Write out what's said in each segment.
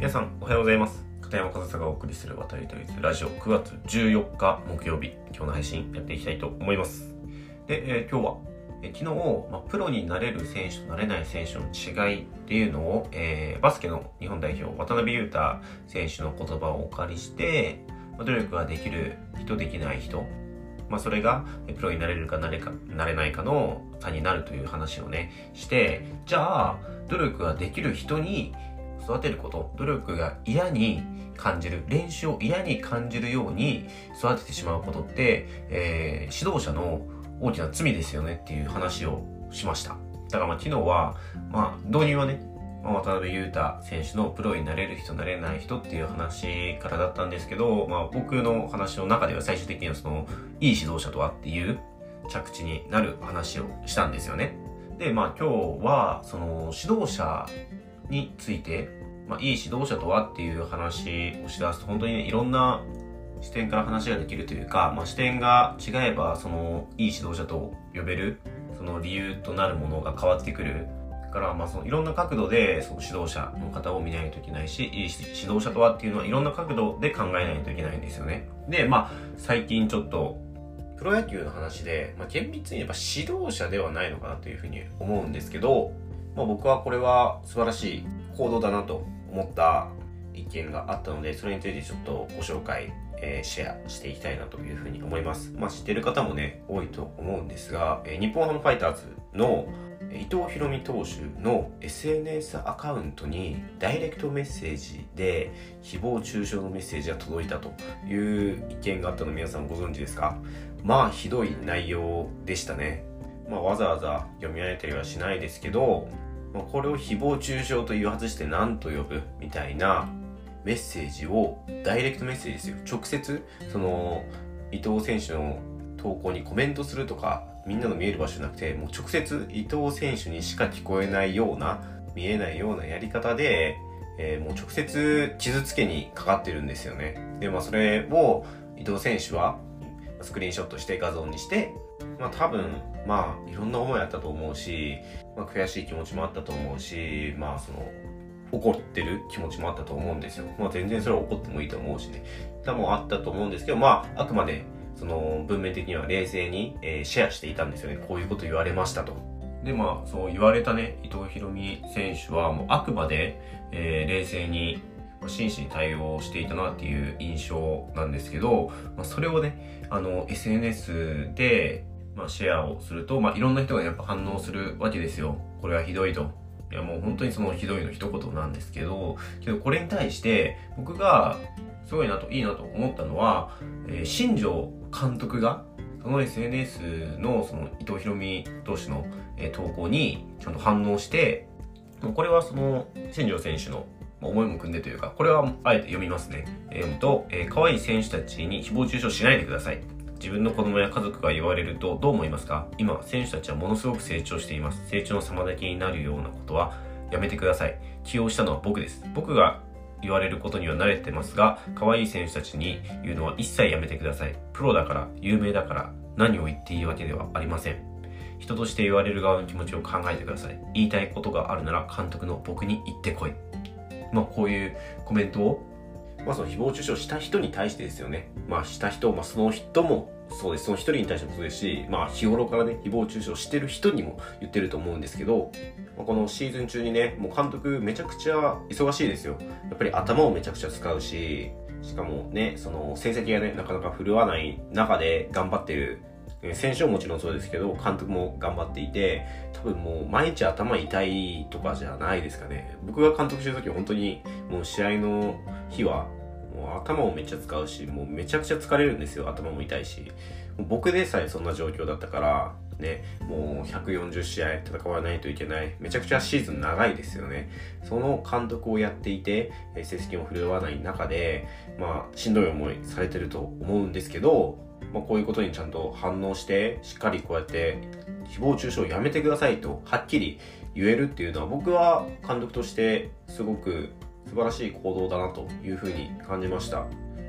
皆さんおはようございます。片山和沙がお送りする渡りとりラジオ9月14日木曜日、今日の配信やっていきたいと思います。で、今日は昨日、プロになれる選手となれない選手の違いっていうのを、バスケの日本代表渡邊雄太選手の言葉をお借りして、努力ができる人できない人、それがプロになれるかなれないかの差になるという話をねして、じゃあ努力ができる人に育てること、努力が嫌に感じる、練習を嫌に感じるように育ててしまうことって、指導者の大きな罪ですよねっていう話をしました。だから昨日は、導入はね、渡邊雄太選手のプロになれる人なれない人っていう話からだったんですけど、僕の話の中では最終的にはいい指導者とはっていう着地になる話をしたんですよね。で、今日はその指導者について、いい指導者とはっていう話をしだすと本当にね、いろんな視点から話ができるというか、視点が違えばそのいい指導者と呼べるその理由となるものが変わってくるから、そのいろんな角度でその指導者の方を見ないといけないし、いい指導者とはっていうのはいろんな角度で考えないといけないんですよね。で、最近ちょっとプロ野球の話で、厳密に言えば指導者ではないのかなというふうに思うんですけど、僕はこれは素晴らしい行動だなと思った意見があったので、それについてちょっとご紹介、シェアしていきたいなというふうに思います。知ってる方もね多いと思うんですが、日本ハムファイターズの伊藤大海投手の SNS アカウントにダイレクトメッセージで誹謗中傷のメッセージが届いたという意見があったの皆さんご存知ですか？ひどい内容でしたね。わざわざ読み上げたりはしないですけど、これを誹謗中傷と言わずして何と呼ぶみたいなメッセージをダイレクトメッセージですよ、直接その伊藤選手の投稿にコメントするとかみんなの見える場所じゃなくて、もう直接伊藤選手にしか聞こえないような見えないようなやり方で、もう直接傷つけにかかってるんですよね。で、それを伊藤選手はスクリーンショットして画像にして多分いろんな思いあったと思うし、悔しい気持ちもあったと思うし、怒ってる気持ちもあったと思うんですよ。全然それは怒ってもいいと思うしね。もあったと思うんですけど、あくまでその文面的には冷静に、シェアしていたんですよね。こういうこと言われましたと。で、そう言われたね、伊藤大海選手はもうあくまで、冷静に真摯に対応していたなっていう印象なんですけど、それをね、SNS でシェアをすると、いろんな人がやっぱ反応するわけですよ。これはひどいと。いやもう本当にそのひどいの一言なんですけど、これに対して僕がすごいいいなと思ったのは、新庄監督がその SNS のその伊藤大海投手の投稿にちゃんと反応して、これはその新庄選手の思いも組んでというか、これはあえて読みますね。可愛い選手たちに誹謗中傷しないでください。自分の子供や家族が言われるとどう思いますか？今、選手たちはものすごく成長しています。成長の妨げになるようなことはやめてください。起用したのは僕です。僕が言われることには慣れてますが、可愛い選手たちに言うのは一切やめてください。プロだから、有名だから何を言っていいわけではありません。人として言われる側の気持ちを考えてください。言いたいことがあるなら監督の僕に言ってこい。こういうコメントをその誹謗中傷した人に対してですよね。した人、その人もそうです。その一人に対してもそうですし、日頃からね、誹謗中傷してる人にも言ってると思うんですけど、このシーズン中にね、もう監督めちゃくちゃ忙しいですよ。やっぱり頭をめちゃくちゃ使うし、しかもね、その成績がね、なかなか振るわない中で頑張ってる選手ももちろんそうですけど、監督も頑張っていて、多分もう毎日頭痛いとかじゃないですかね。僕が監督してる時は本当にもう試合の日はもう頭をめっちゃ使うし、もうめちゃくちゃ疲れるんですよ。頭も痛いし。僕でさえそんな状況だったからね、もう140試合戦わないといけない。めちゃくちゃシーズン長いですよね。その監督をやっていて、成績も振るわない中で、しんどい思いされてると思うんですけど、こういうことにちゃんと反応して、しっかりこうやって誹謗中傷をやめてくださいとはっきり言えるっていうのは、僕は監督としてすごく素晴らしい行動だなというふうに感じました。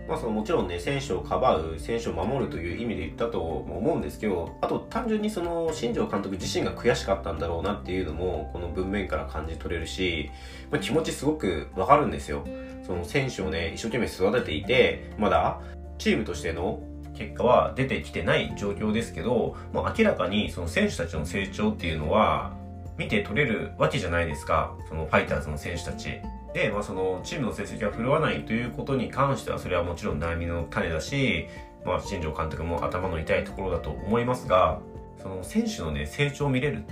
もちろんね、選手をかばう、選手を守るという意味で言ったと思うんですけど、あと単純に新庄監督自身が悔しかったんだろうなっていうのも、この文面から感じ取れるし、気持ちすごくわかるんですよ。選手をね、一生懸命育てていて、まだチームとしての結果は出てきてない状況ですけど、明らかに選手たちの成長っていうのは見て取れるわけじゃないですか。ファイターズの選手たち。で、チームの成績が振るわないということに関しては、それはもちろん悩みの種だし、新庄監督も頭の痛いところだと思いますが、選手のね、成長を見れるって、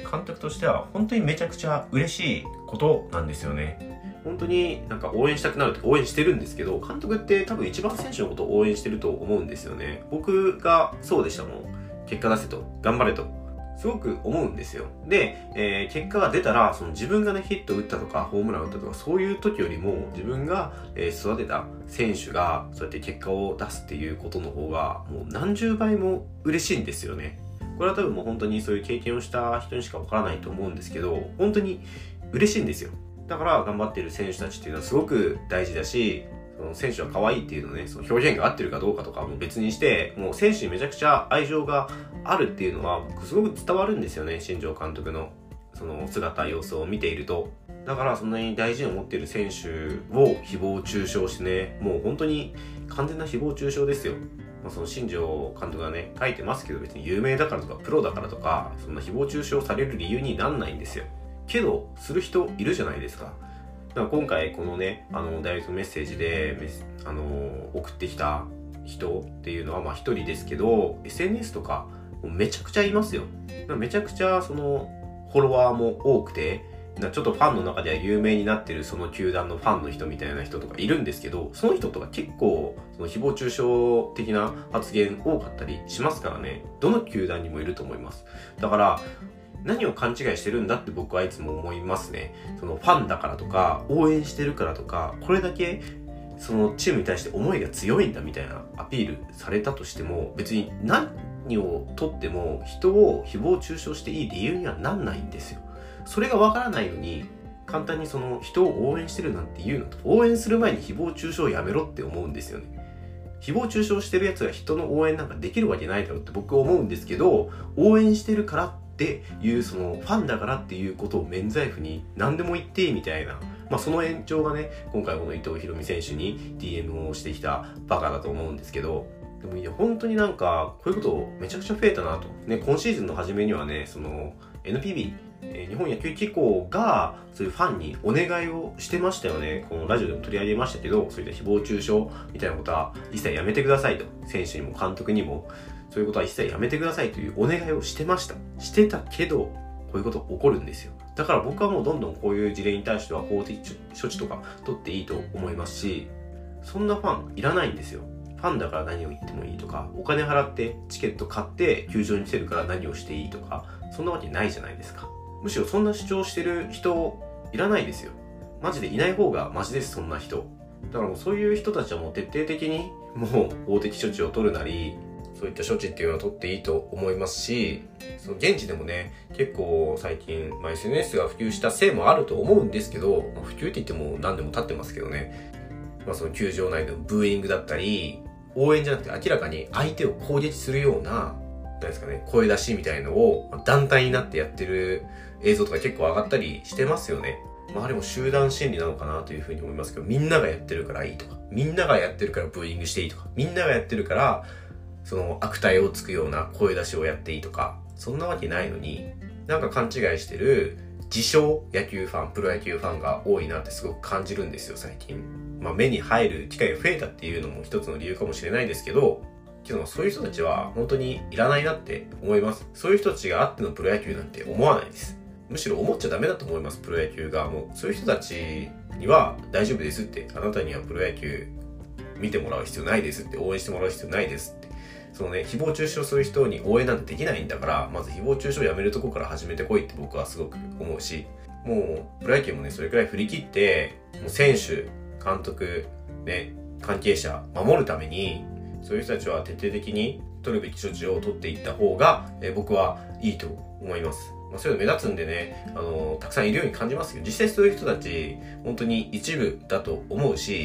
監督としては本当にめちゃくちゃ嬉しいことなんですよね。本当に応援したくなるって応援してるんですけど、監督って多分一番選手のことを応援してると思うんですよね。僕がそうでしたもん。結果出せと、頑張れと。すごく思うんですよ。で、結果が出たら、自分がね、ヒット打ったとか、ホームラン打ったとか、そういう時よりも、自分が育てた選手が、そうやって結果を出すっていうことの方が、もう何十倍も嬉しいんですよね。これは多分もう本当にそういう経験をした人にしかわからないと思うんですけど、本当に嬉しいんですよ。だから頑張っている選手たちっていうのはすごく大事だし、選手は可愛いっていうのね、表現が合ってるかどうかとかも別にして、もう選手にめちゃくちゃ愛情があるっていうのは僕すごく伝わるんですよね。新庄監督の姿、様子を見ていると。だからそんなに大事に思っている選手を誹謗中傷してね、もう本当に完全な誹謗中傷ですよ。新庄監督がね、書いてますけど、別に有名だからとかプロだからとか、そんな誹謗中傷される理由になんないんですよ。けど、する人いるじゃないですか。だから今回このね、ダイレクトメッセージで送ってきた人っていうのは一人ですけど、 SNS とかめちゃくちゃいますよ。めちゃくちゃフォロワーも多くて、ちょっとファンの中では有名になってるその球団のファンの人みたいな人とかいるんですけど、その人とか結構誹謗中傷的な発言多かったりしますからね。どの球団にもいると思います。だから何を勘違いしてるんだって僕はいつも思いますね。ファンだからとか応援してるからとか、これだけチームに対して思いが強いんだみたいなアピールされたとしても、別に何をとっても人を誹謗中傷していい理由にはなんないんですよ。それがわからないのに簡単に人を応援してるなんて言うのと、応援する前に誹謗中傷をやめろって思うんですよね。誹謗中傷してるやつが人の応援なんかできるわけないだろうって僕は思うんですけど、応援してるからっていうファンだからっていうことを免罪符に何でも言っていいみたいな、その延長がね、今回この伊藤大海選手に DM をしてきたバカだと思うんですけど、でもいや本当にこういうことめちゃくちゃ増えたなと。ね、今シーズンの初めにはね、NPB、日本野球機構がそういうファンにお願いをしてましたよね。このラジオでも取り上げましたけど、そういった誹謗中傷みたいなことは一切やめてくださいと。選手にも監督にもそういうことは一切やめてくださいというお願いをしてました。してたけど、こういうこと起こるんですよ。だから僕はもうどんどんこういう事例に対しては法的処置とか取っていいと思いますし、そんなファンいらないんですよ。ファンだから何を言ってもいいとか、お金払ってチケット買って球場に来てるから何をしていいとか、そんなわけないじゃないですか。むしろそんな主張してる人いらないですよ。マジでいない方がマジです、そんな人。だからもうそういう人たちはもう徹底的にもう法的処置を取るなり、そういった処置っていうのは取っていいと思いますし、現地でもね、結構最近、SNS が普及したせいもあると思うんですけど、普及って言っても何年も経ってますけどね、球場内でのブーイングだったり、応援じゃなくて明らかに相手を攻撃するような、なんですかね、声出しみたいのを団体になってやってる映像とか結構上がったりしてますよね。あれも集団心理なのかなというふうに思いますけど、みんながやってるからいいとか、みんながやってるからブーイングしていいとか、みんながやってるから悪態をつくような声出しをやっていいとか、そんなわけないのに、勘違いしてる自称野球ファン、プロ野球ファンが多いなってすごく感じるんですよ、最近。目に入る機会が増えたっていうのも一つの理由かもしれないですけど、そういう人たちは本当にいらないなって思います。そういう人たちがあってのプロ野球なんて思わないです。むしろ思っちゃダメだと思います、プロ野球側も。そういう人たちには大丈夫ですって、あなたにはプロ野球見てもらう必要ないですって、応援してもらう必要ないですって。誹謗中傷する人に応援なんてできないんだから、まず誹謗中傷をやめるとこから始めてこいって僕はすごく思うし、もうプロ野球もね、それくらい振り切って、もう選手、監督、ね、関係者守るために、そういう人たちは徹底的に取るべき処置を取っていった方が、僕はいいと思います。そういうの目立つんでね、たくさんいるように感じますけど、実際そういう人たち本当に一部だと思うし、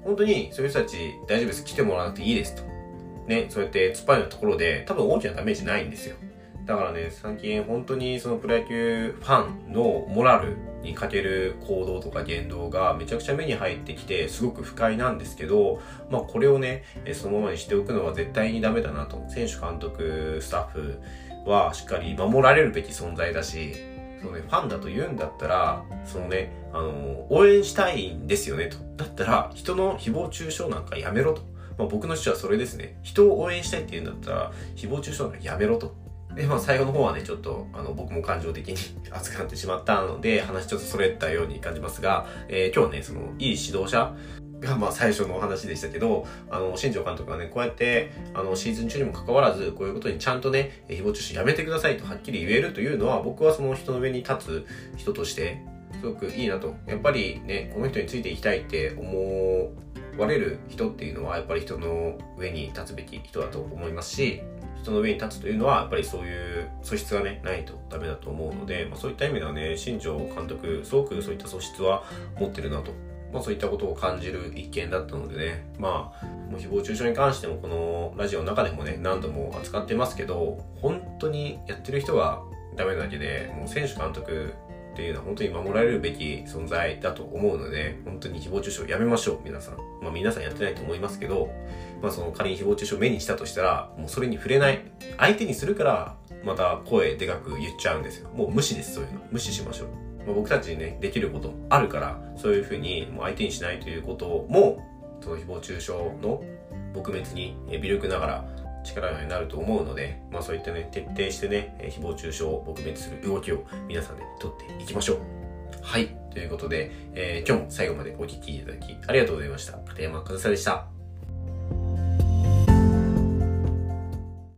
本当にそういう人たち大丈夫です。来てもらわなくていいですと。ね、そうやって突っ張るようなところで多分大きなダメージないんですよ。だからね、最近本当にそのプロ野球ファンのモラルに欠ける行動とか言動がめちゃくちゃ目に入ってきてすごく不快なんですけど、まあこれをね、そのままにしておくのは絶対にダメだなと。選手監督、スタッフはしっかり守られるべき存在だし、そのね、ファンだと言うんだったら、そのね、応援したいんですよねと。だったら人の誹謗中傷なんかやめろと。まあ僕の主張はそれですね。人を応援したいって言うんだったら誹謗中傷なんかやめろと。で、まあ最後の方はね、ちょっと、僕も感情的に熱くなってしまったので、話ちょっとそれたように感じますが、今日はね、その、いい指導者が、まあ最初のお話でしたけど、新庄監督がね、こうやって、シーズン中にも関わらず、こういうことにちゃんとね、誹謗中傷やめてくださいとはっきり言えるというのは、僕はその人の上に立つ人として、すごくいいなと。やっぱりね、この人についていきたいって思われる人っていうのは、やっぱり人の上に立つべき人だと思いますし、人の上に立つというのはやっぱりそういう素質がねないとダメだと思うので、まあ、そういった意味ではね、新庄監督すごくそういった素質は持ってるなと、まあ、そういったことを感じる一見だったのでね、まあもう誹謗中傷に関してもこのラジオの中でもね何度も扱ってますけど、本当にやってる人がダメなだけで、もう選手監督っていうのは本当に守られるべき存在だと思うので、本当に誹謗中傷やめましょう、皆さん。まあ皆さんやってないと思いますけど、まあその仮に誹謗中傷を目にしたとしたら、もうそれに触れない。相手にするから、また声でかく言っちゃうんですよ。もう無視です、そういうの。無視しましょう。まあ、僕たちにね、できることあるから、そういうふうにもう相手にしないということも、その誹謗中傷の撲滅に微力ながら力になると思うので、まあそういったね、徹底してね、誹謗中傷を撲滅する動きを皆さんで取っていきましょう。はい。ということで、今日も最後までお聞きいただきありがとうございました。片山和沙でした。